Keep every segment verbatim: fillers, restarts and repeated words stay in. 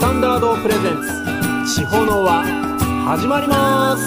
タンダードプレゼンツ地方の輪始まります。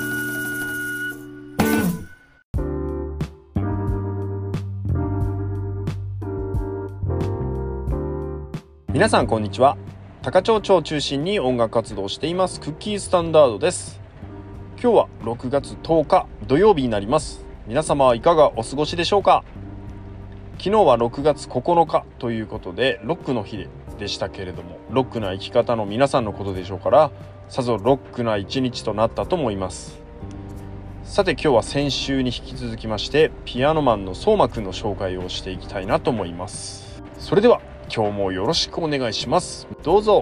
皆さんこんにちは。高千穂町を中心に音楽活動をしていますクッキースタンダードです。今日はろくがつとおか土曜日になります。皆様はいかがお過ごしでしょうか。昨日はろくがつここのかということでロックの日でしたけれども、ロックな生き方の皆さんのことでしょうから、さぞロックな一日となったと思います。さて今日は先週に引き続きましてピアノマンの相馬くんの紹介をしていきたいなと思います。それでは今日もよろしくお願いします。どうぞ。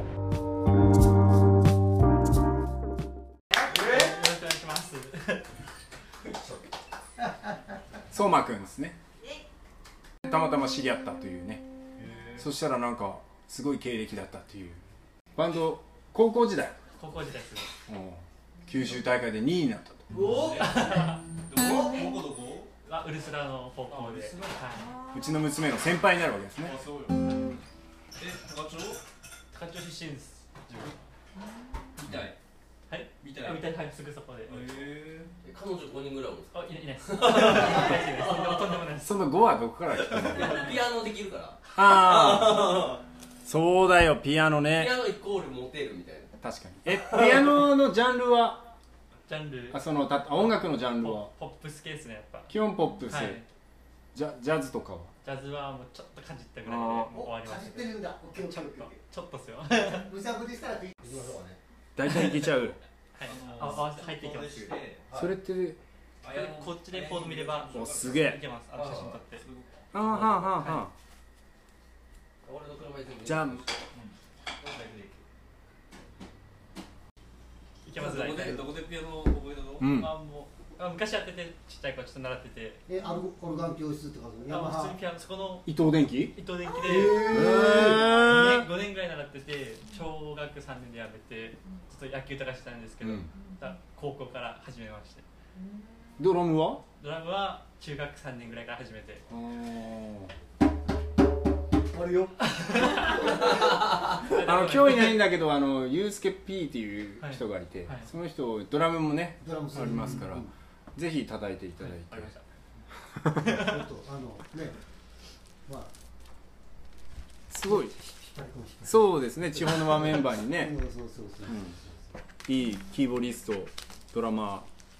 相馬くんですね。たまたま知り合ったというね。そしたらなんかすごい経歴だったという。バンド高校時代。 高校時代です。 九州大会でにいになったと。 おお。どこどこ？あ、ウルスラの高校で。 うちの娘の先輩になるわけですね。 あ、そうよ。え、高千穂？高千穂出身です。 みたい。 はい。みたい。みたい、はい、すぐそこで。へえ。 彼女ごにんぐらいも。 あ、いないいないです。とんでもないです。 そのごはどこから来たの？ ピアノできるから。 ああ。そうだよ、ピアノね。 ピアノイコールモテるみたいな。 確かに。え、ピアノのジャンルは？ ジャンル。 あ、そのた音楽のジャンルは？ ポップス系ですね、やっぱ。 基本ポップス。ジャジャズとかは？ ジャズはもうちょっとかじったぐらいでもう終わりました。 かじってるんだ。 ちょっとちょっとっすよ。 無茶ぶりしたらいきましょうかね。 大体いけちゃう。 はい。合わせて入っていきます。 それってこっちでコード見ればおすげえいけます。あの写真撮って。 ああはあはあはあ。じゃあいけます。 どこでどこでピアノ覚えたの？ うん。 あもうあ昔やっててちっちゃい子ちょっと習ってて。 え、アルオルガン教室とかヤマハ。 普通にピアノそこの伊藤電機？ 伊藤電機でごねんぐらい習ってて、小学さんねんでやめてちょっと野球とかしてたんですけど、高校から始めまして。 ドラムは？ ドラムは中学さんねんぐらいから始めて。 あるよ。 あの今日いないんだけど、あのユースケ P っていう人がいて、その人ドラムもねありますから、ぜひ叩いていただいて。 ありました。 ちょっとあのね、まあすごい。そうですね、地方の輪メンバーにね、 そうそうそうそう。 いいキーボリスト、ドラマー。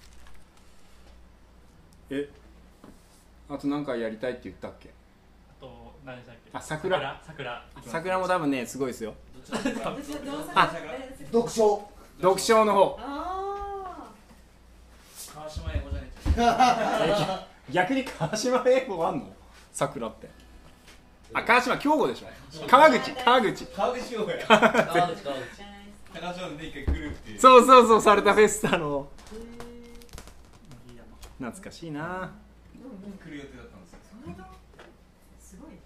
え、あと何かやりたいって言ったっけ？ あと何でしたっけ？ あ、桜。 桜。 桜も多分ねすごいですよ。 あ、読書。 読書の方。 川島英語じゃない。 逆に川島英語あんの？桜って。あ、川島京吾でしょ。川口、川口。 川口京吾や。川口川口。高千穂で一回来るっていう。 そうそうそう、サルタフェスタの。懐かしいな。 来る予定だったんですよ。 すごい。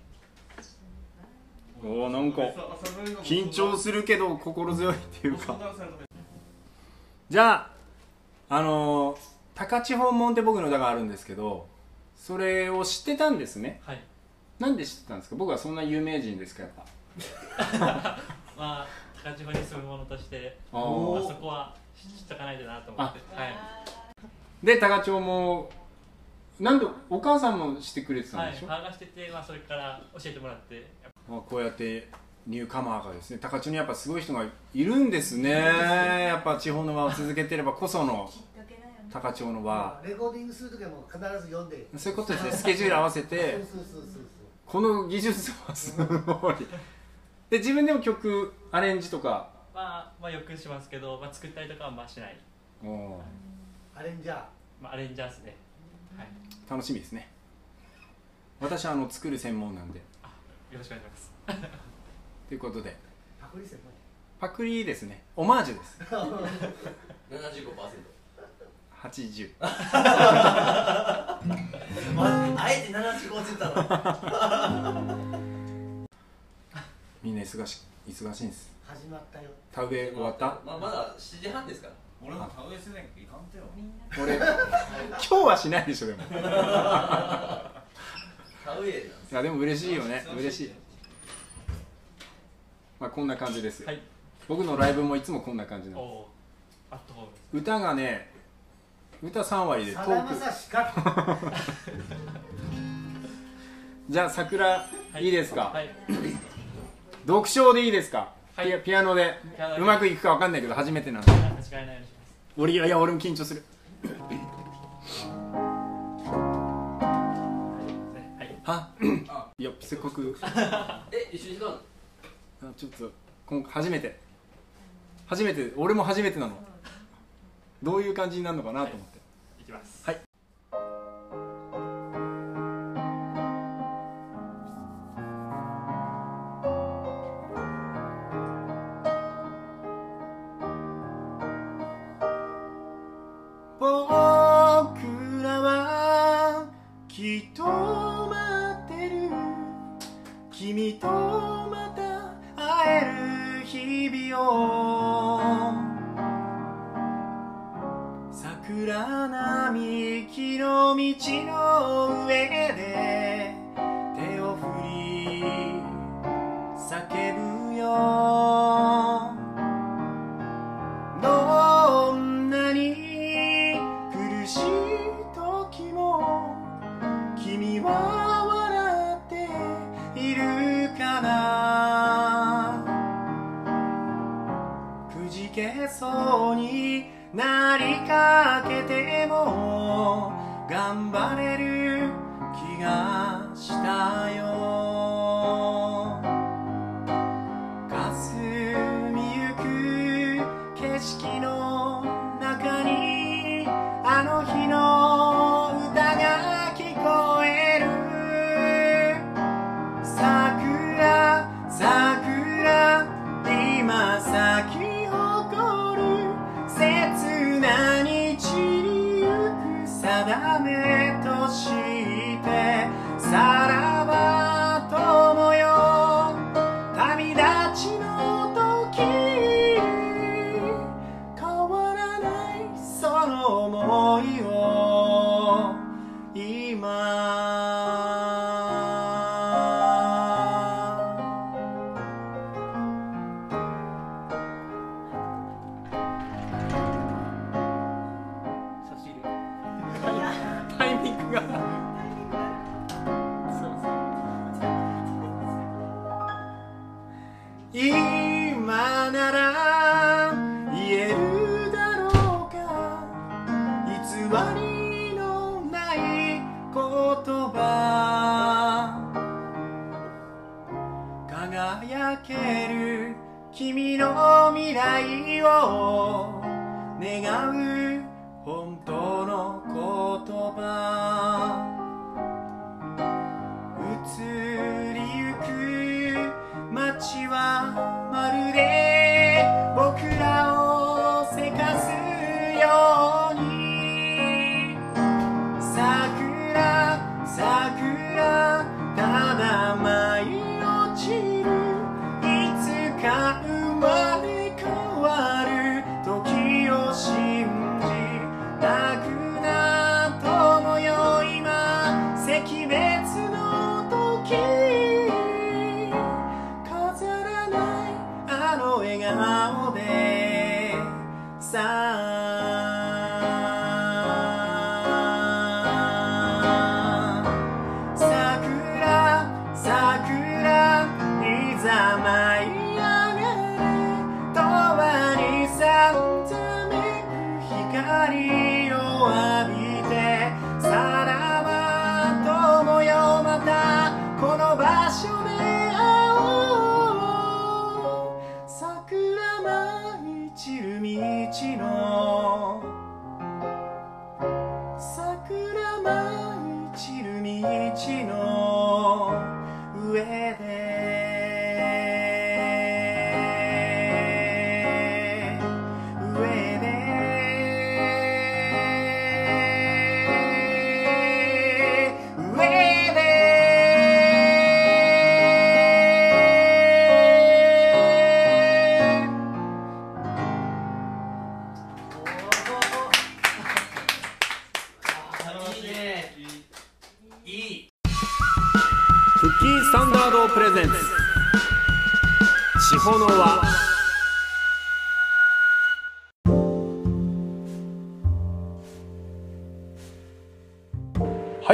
おお、なんか緊張するけど心強いっていうか。じゃああのー、高千穂門って僕の歌があるんですけど、それを知ってたんですね。はい。なんで知ってたんですか？僕はそんな有名人ですかやっぱ。 まあ高千穂に住む者としてあそこは知っとかないとなと思って。はい。 で高千穂もなんでお母さんもしてくれてたんでしょ？ はい、母がしてて、まあそれから教えてもらって。 まあこうやってニューカマーがですね、高千穂にやっぱすごい人がいるんですね。やっぱ地方の輪を続けてればこその高千穂の輪。 レコーディングするときはもう必ず読んで。 そういうことですね。スケジュール合わせて。そうそうそうそう。この技術はすごい。で自分でも曲アレンジとか。 まあまあよくしますけど、まあ作ったりとかはまあしない。 おアレンジャー。 まあアレンジャーですね。はい。 楽しみですね。私はあの作る専門なんで。 あ、よろしくお願いします。 ということで。 パクリ専門。 パクリですね。オマージュです。 ななじゅうごパーセント。 はちじゅう。 あえてななじゅうごって言ったの。 みんな忙し忙しいんです。 始まったよ。 田植え終わった？ まあまだしちじはんですから。 俺も田植えせないといかんてよ。 俺今日はしないでしょでも。 田植えなんです。 いやでも嬉しいよね。嬉しい。まあこんな感じです。 はい。 僕のライブもいつもこんな感じなの。 おーアットホームです。 歌がね、歌さん割でトーク。じゃあ桜、はい、いいですか、はい、読書でいいですか、はい、ピ, ピアノでうまくいくかわかんないけど初めてなんで。 間違いないようにします。 俺いや俺も緊張する。はいやせっかくえ一緒に歌うの？ ちょっと今回初めて初めて俺も初めてなの。どういう感じになるのかなと思って、 はい、いきます。 はい。僕らはきっと待ってる、君とまた会える日々を。桜並木の道の上で手を振り叫ぶよ。どんなに苦しい時も君は笑っているかな。くじけそうになりかけても頑張れる気がしたよ。霞みゆく景色の中にあの日の歌が聞こえる。桜桜今咲き誇る切なに散りゆく定めとしてさらば友よ旅立ちの時変わらないその想いを今タイミングが今なら言えるだろうか偽りのない言葉。輝ける君の未来を願う本当の言葉。移りゆく街はまるで僕らをせかすように。桜桜ただ舞い落ちるいつか生まれ変わる時を信じ泣くな友よ今惜別の時飾らないあの笑顔でさあ桜桜いざ舞い上がれ永遠にさんざめく光を浴びてさらば友よまたこの場所で会おう。桜舞い散る道の桜舞い散る道の上でクッキースタンダードプレゼンツ地方の輪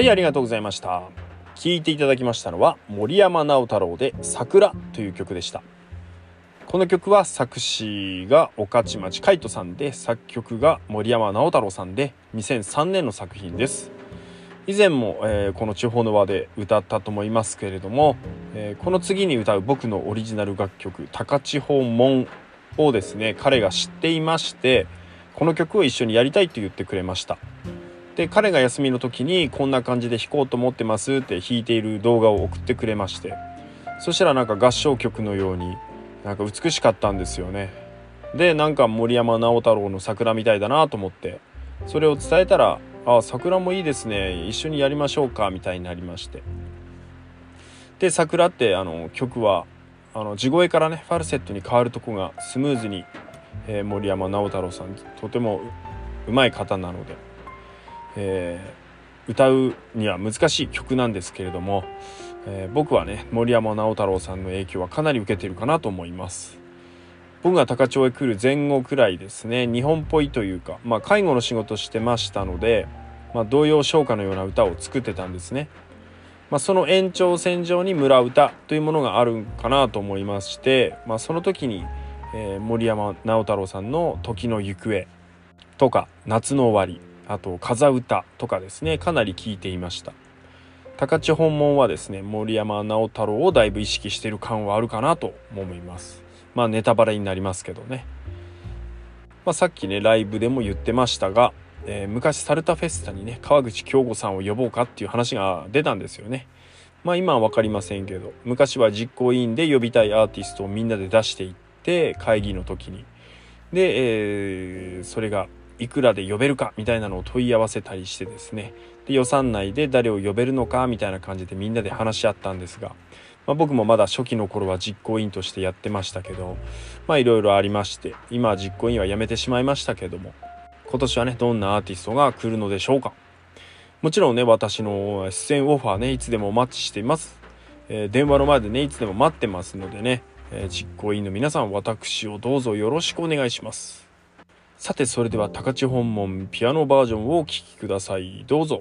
はいありがとうございました。聴いていただきましたのは森山直太朗で桜という曲でした。この曲は作詞が御徒町海人さんで作曲が森山直太朗さんでにせんさんねんの作品です。以前も、えー、この地方の輪で歌ったと思いますけれども、えー、この次に歌う僕のオリジナル楽曲高千穂門をですね彼が知っていまして、この曲を一緒にやりたいと言ってくれました。で彼が休みの時にこんな感じで弾こうと思ってますって弾いている動画を送ってくれまして、そしたらなんか合唱曲のようになんか美しかったんですよね。でなんか森山直太朗の桜みたいだなと思ってそれを伝えたら、あ桜もいいですね一緒にやりましょうかみたいになりまして、で桜ってあの曲はあの地声からねファルセットに変わるとこがスムーズに、えー、森山直太朗さんとてもうまい方なので、えー、歌うには難しい曲なんですけれども、えー、僕はね森山直太朗さんの影響はかなり受けているかなと思います。僕が高千穂へ来る前後くらいですね日本っぽいというか、まあ、介護の仕事してましたので、まあ、童謡唱歌のような歌を作ってたんですね。まあ、その延長線上に村歌というものがあるかなと思いまして、まあ、その時に、えー、森山直太朗さんの時の行方とか夏の終わり、あと風歌とかですねかなり聴いていました。高千穂門はですね森山直太朗をだいぶ意識している感はあるかなと思います。まあネタバレになりますけどね、まあ、さっきねライブでも言ってましたが、えー、昔サルタフェスタにね川口京吾さんを呼ぼうかっていう話が出たんですよね。まあ今は分かりませんけど、昔は実行委員で呼びたいアーティストをみんなで出していって会議の時にで、えー、それがいくらで呼べるかみたいなのを問い合わせたりしてですね、で予算内で誰を呼べるのかみたいな感じでみんなで話し合ったんですが、まあ、僕もまだ初期の頃は実行委員としてやってましたけど、まあいろいろありまして今は実行委員は辞めてしまいましたけども、今年はねどんなアーティストが来るのでしょうか。もちろんね私の出演オファーねいつでもお待ちしています、えー、電話の前でねいつでも待ってますのでね、えー、実行委員の皆さん私をどうぞよろしくお願いします。さてそれでは高千穂門ピアノバージョンをお聴きください。どうぞ。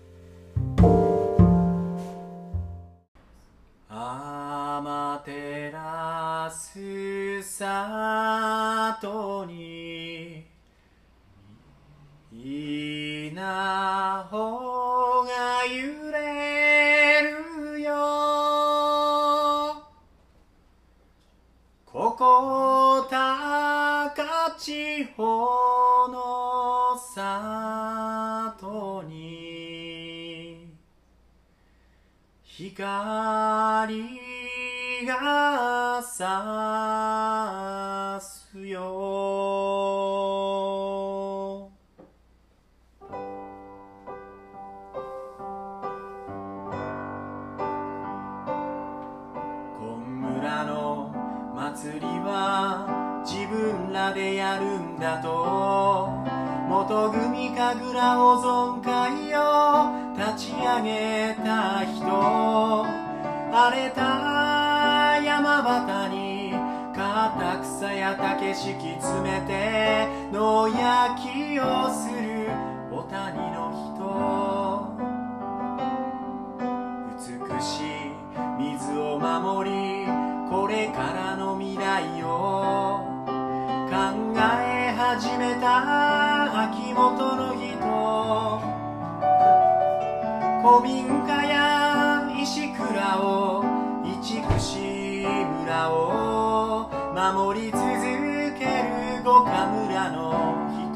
アマテラス里に稲穂が揺れるよ、ここ高千穂の里に光が差すよ。今村の祭りは自分らでやるんだと、元組神楽保存会を立ち上げた人、荒れた山端に片草や竹敷き詰めて野焼きをするお谷の人、美しい水を守りこれからの未来を考え始めた秋元の人、古民家や石倉を移築し村を守り続ける五家村の人、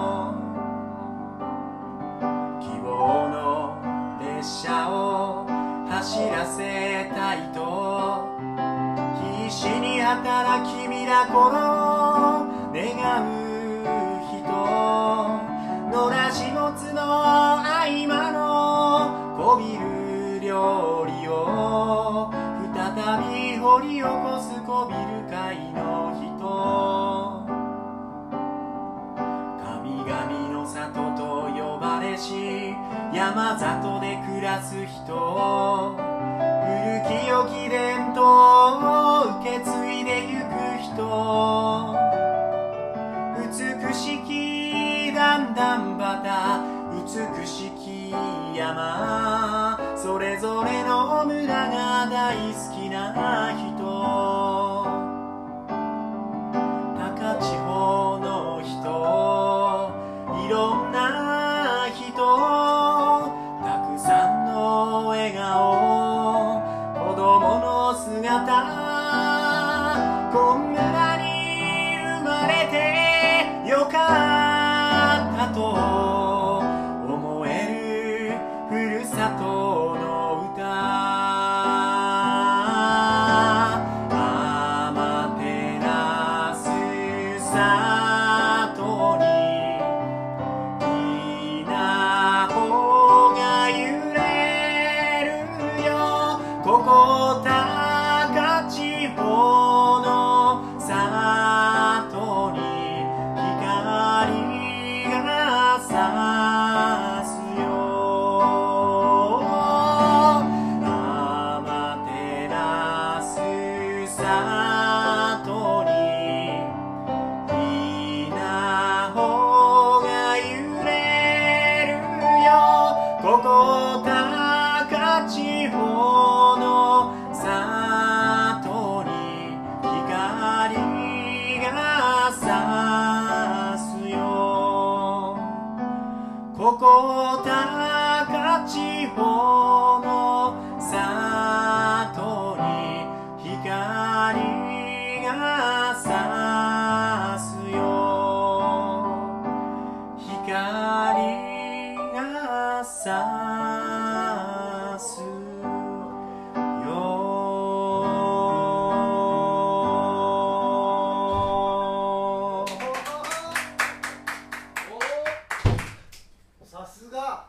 希望の列車を走らせたいと必死に働きみなこの願う人、野良仕事の合間のこびる料理を再び掘り起こすこびる会の人、神々の里と呼ばれし山里で暮らす人、古き良き伝統を受け継いでゆく人、美しき段々畑美しき山それぞれの村が大好きな人高千穂の人いろんな人たくさんの笑顔子供の姿こんなに生まれてよかったと思えるふるさとの歌天照里にきなほが揺れるよここ高千穂の里に光が差すよ天照里にきなほが揺れるよここ高千穂の里に光が差すよここ高千穂の里に光が差すよ光が差すさすが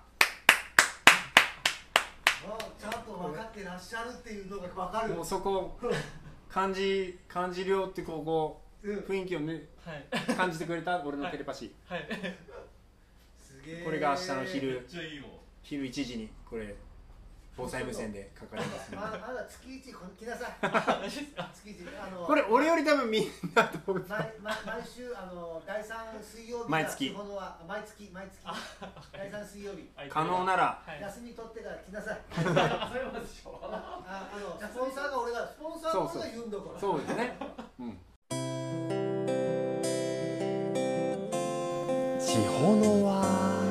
ちゃんと分かってらっしゃるっていうのが分かるもうそこ感じ感じるよってここ雰囲気をねはい感じてくれた俺のテレパシー、 はいすげえこれが明日のめっ昼ちゃいいわ。 昼いちじにこれ防災無線でかかりますねままだ月一こ来なさい月一あのこれ俺より多分みんなと思う毎毎毎週あの第三水曜日毎月基本は毎月毎月第三水曜日可能ならはい休み取ってから来なさいそれはでしょ。 ああのスポンサーが俺がスポンサーが俺が言うんだからそうですね、うん、 地方の輪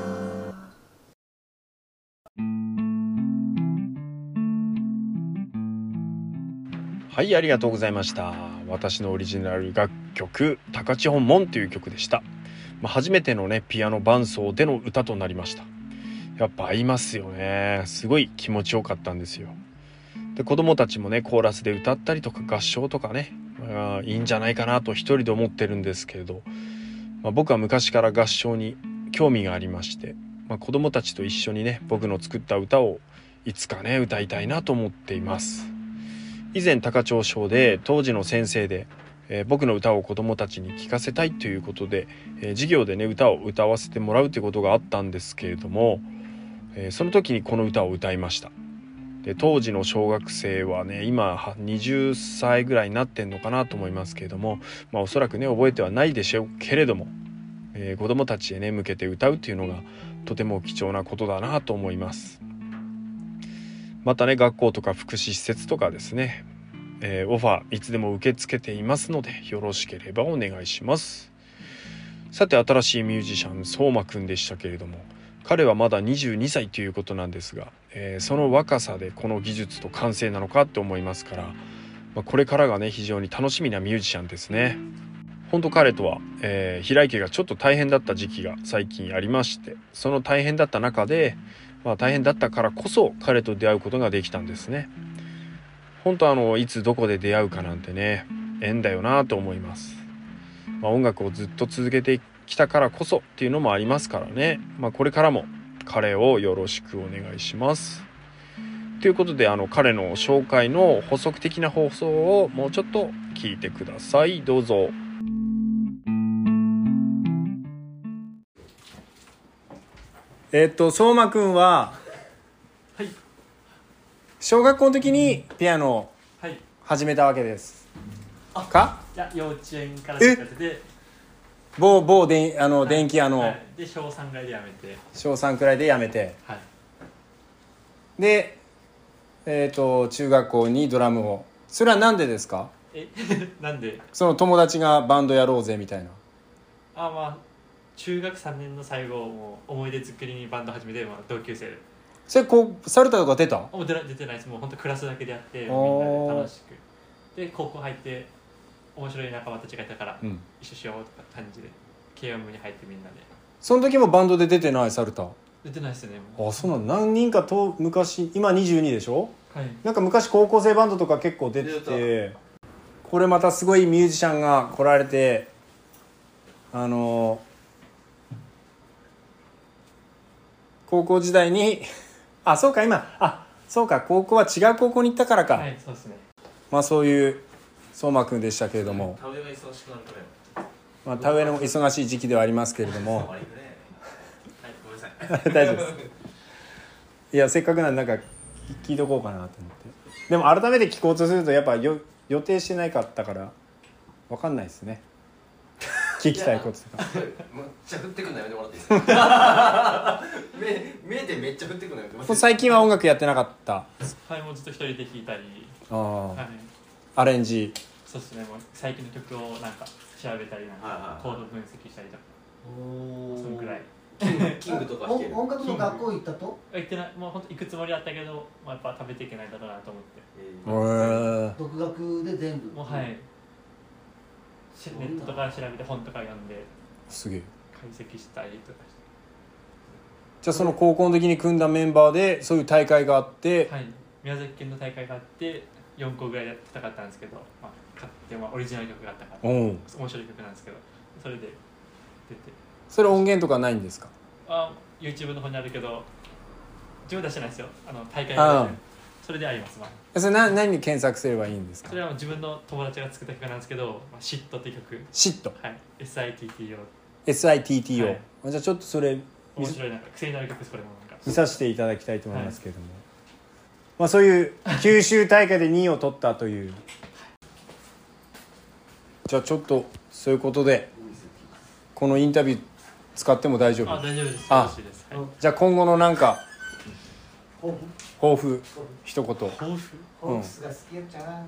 はい、ありがとうございました。私のオリジナル楽曲高千穂門という曲でした。まあ、初めてのねピアノ伴奏での歌となりました。やっぱ合いますよね。すごい気持ちよかったんですよ。で子供たちもねコーラスで歌ったりとか合唱とかね、まあ、いいんじゃないかなと一人で思ってるんですけれど、まあ、僕は昔から合唱に興味がありまして、まあ、子供たちと一緒にね僕の作った歌をいつかね歌いたいなと思っています。以前高千穂小で当時の先生で、えー、僕の歌を子どもたちに聴かせたいということで、えー、授業でね歌を歌わせてもらうということがあったんですけれども、えー、その時にこの歌を歌いました。で当時の小学生はね今ははたちぐらいになってんのかなと思いますけれども、まあ、おそらくね覚えてはないでしょうけれども、えー、子どもたちへね向けて歌うというのがとても貴重なことだなと思います。またね学校とか福祉施設とかですね、えー、オファーいつでも受け付けていますのでよろしければお願いします。さて新しいミュージシャン相馬くんでしたけれども、彼はまだにじゅうにさいということなんですが、えー、その若さでこの技術と感性なのかって思いますから、まあ、これからがね非常に楽しみなミュージシャンですね。本当彼とは、えー、平井家がちょっと大変だった時期が最近ありまして、その大変だった中でまあ、大変だったからこそ彼と出会うことができたんですね。本当あのいつどこで出会うかなんてね縁だよなと思います。まあ、音楽をずっと続けてきたからこそっていうのもありますからね、まあ、これからも彼をよろしくお願いします。ということであの彼の紹介の補足的な放送をもうちょっと聞いてください。どうぞ。 えっと相馬くんは、 はい小学校の時にピアノをはい始めたわけですあか？ いや幼稚園からやってて某某であの、 はい電気屋のはい、で小さんぐらいでやめて小さんくらいで辞めて、 はいで、えー、と中学校にドラムを。それはなんでですか？ えなんでその友達がバンドやろうぜみたいな。 あまあ中学さんねんの最後もう思い出作りにバンド始めて、まあ、同級生でそれこうサルタとか出た？ もう出出てないです。もう本当クラスだけでやってみんおーなで楽しくで高校入って面白い仲間たちがいたから、 うん、 一緒しようとか感じで軽音部に入ってみんなで。 その時もバンドで出てないサルタ？ 出てないですよねもう。 あ、そうなの。何人かと昔、今にじゅうにでしょ。 はいなんか昔高校生バンドとか結構出てて、これまたすごいミュージシャンが来られて、あの高校時代にあ、そうか今あそうか高校は違う高校に行ったからか、 はいそうですね。 まあそういう相馬くんでしたけれども、 田植えが忙しくなるからよ。 まあ、田植えの忙しい時期ではありますけれども悪いね。はい、ごめんなさい。 大丈夫です。いやせっかくなんでなんか聞いとこうかなと思って。でも改めて聞こうとするとやっぱよ予定してないかったから分かんないですね。聞きたいこととか。 めっちゃ降ってくんのやめてもらっていいですか？目目でめっちゃ降ってくんのやめてもらっていいですか？ 最近は音楽やってなかった。 はいもうずっと一人で弾いたり、 ああ、 はいアレンジ。 そうですね。もう最近の曲をなんか調べたりなんか、 はいはいはいコード分析したりとかおそのぐらい。 キングとか弾ける。 音楽の学校行ったと？ 行ってないもう本当行くつもりだったけど、まあ、やっぱ食べていけないだろうなと思ってえへーえ。 独学で全部。 もうはいしネットとか調べて本とか読んですげえ。 解析したりとかして。 じゃあその高校の時に組んだメンバーでそういう大会があって、 はい、宮崎県の大会があってよんこぐらいやってたかったんですけど、まあ、買って、まあ、オリジナル曲があったからうん、 面白い曲なんですけどそれで出てそれ音源とかないんですか？ あ YouTube の方にあるけど自分出してないですよ。あの大会あがそれであります、まあ、 それ何何に検索すればいいんですか？ それはもう自分の友達が作った曲なんですけど「まあ、シット」っていう曲、 シット。 はい、エスアイティーティーオーエスアイティーティーオー、 はいじゃあちょっとそれ見面白いなんか癖になる曲ですこれもなんか見させていただきたいと思いますけれども、まあ、そういう九州大会でにいを取ったというじゃあちょっとそういうことでこのインタビュー使っても大丈夫？ あ大丈夫です。 あよろしいです。はい、 じゃあ今後のなんか抱負抱負一言。 抱負ホークスが好きやっちゃな。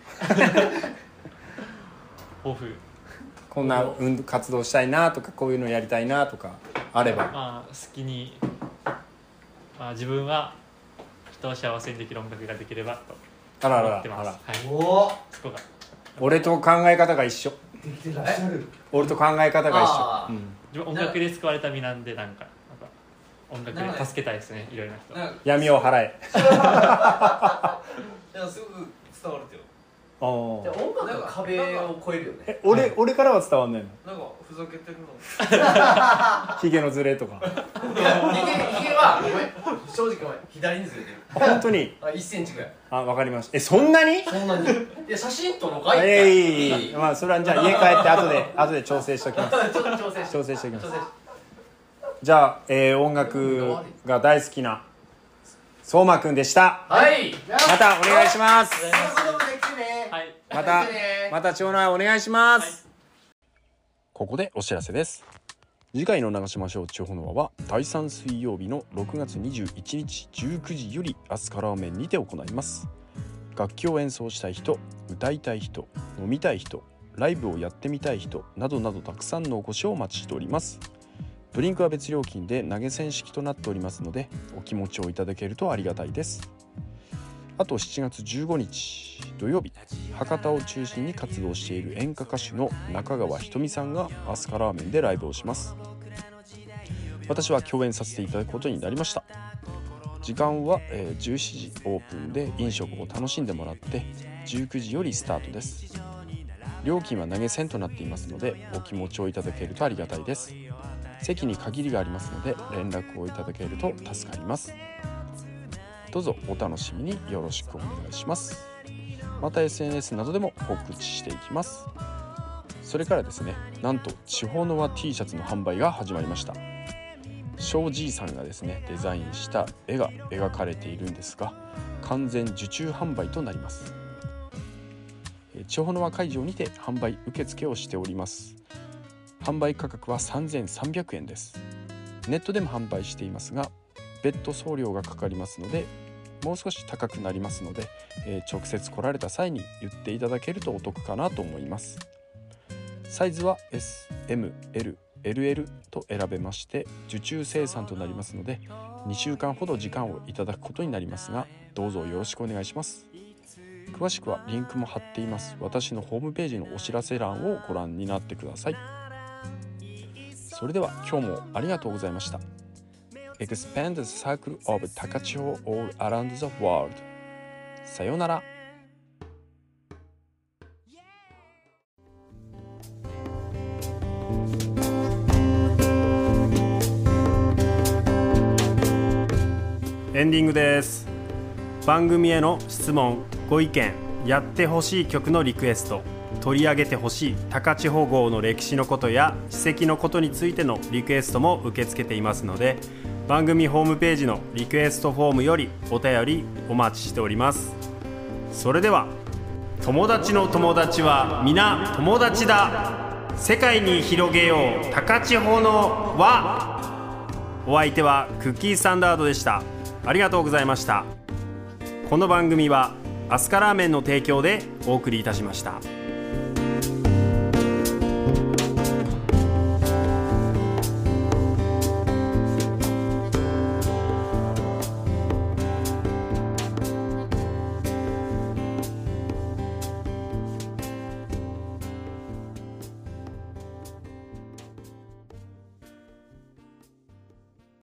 抱負こんな運動活動したいなとかこういうのやりたいなとかあれば。 まあ好きに、まあ、自分は人を幸せにできる音楽ができればとあらら思ってます。 あら、 はい、 おお。 そこが俺と考え方が一緒。 できてらっしゃる。 俺と考え方が一あー緒、うん、 自分音楽で救われた身なんでなんかなんか音楽で助けたいですねいろいろな人。 なんか闇を払え。 いやすごく伝わるってよ。 あーじゃあ音楽の壁を越えるよね。 え俺俺からは伝わんないの？ なんかふざけてるの。 ヒゲのズレとか。 いやヒゲヒゲはごめん正直ごめん左にずれてる。 本当に？ あいっセンチぐらい。 あ、わかりました。え、そんなに？ そんなに。いや写真撮ろうかい。 えいいいいいまあそれはじゃあ家帰って後で後で調整しておきます。 ちょっと調整して。 調整しておきます調整しじゃあ、えー音楽が大好きな相馬くんでした。 はい。 またお願いします。 そんなこともできてね。 はいまたまた町内お願いします。 はいここでお知らせです。次回の長島省地方の輪はだいさん水曜日のろくがつにじゅういちにちじゅうくじよりアスカラーメンにて行います。楽器を演奏したい人、歌いたい人、飲みたい人、ライブをやってみたい人などなどたくさんのお越しをお待ちしております。ドリンクは別料金で投げ銭式となっておりますのでお気持ちをいただけるとありがたいです。あとしちがつじゅうごにち土曜日、博多を中心に活動している演歌歌手の中川ひとみさんがアスカラーメンでライブをします。私は共演させていただくことになりました。時間はじゅうしちじオープンで飲食を楽しんでもらってじゅうくじよりスタートです。料金は投げ銭となっていますのでお気持ちをいただけるとありがたいです。席に限りがありますので連絡をいただけると助かります。どうぞお楽しみによろしくお願いします。また エスエヌエス などでも告知していきます。それからですね、なんと地方の輪 T シャツの販売が始まりました。庄じいさんがですねデザインした絵が描かれているんですが完全受注販売となります。地方の輪会場にて販売受付をしております。販売価格はさんぜんさんびゃくえんです。ネットでも販売していますが別途送料がかかりますのでもう少し高くなりますので、えー、直接来られた際に言っていただけるとお得かなと思います。サイズは エス、エム、エル、エルエル と選べまして、受注生産となりますのでにしゅうかんほど時間をいただくことになりますが、どうぞよろしくお願いします。詳しくはリンクも貼っています私のホームページのお知らせ欄をご覧になってください。それでは今日もありがとうございました。 Expand the circle of 高千穂 all around the world。 さようなら。 エンディングです。番組への質問、ご意見、やってほしい曲のリクエスト、取り上げてほしい高千穂号の歴史のことや史跡のことについてのリクエストも受け付けていますので、番組ホームページのリクエストフォームよりお便りお待ちしております。それでは、友達の友達は皆友達だ、世界に広げよう高千穂の輪。お相手はクッキースタンダードでした。ありがとうございました。この番組はアスカラーメンの提供でお送りいたしました。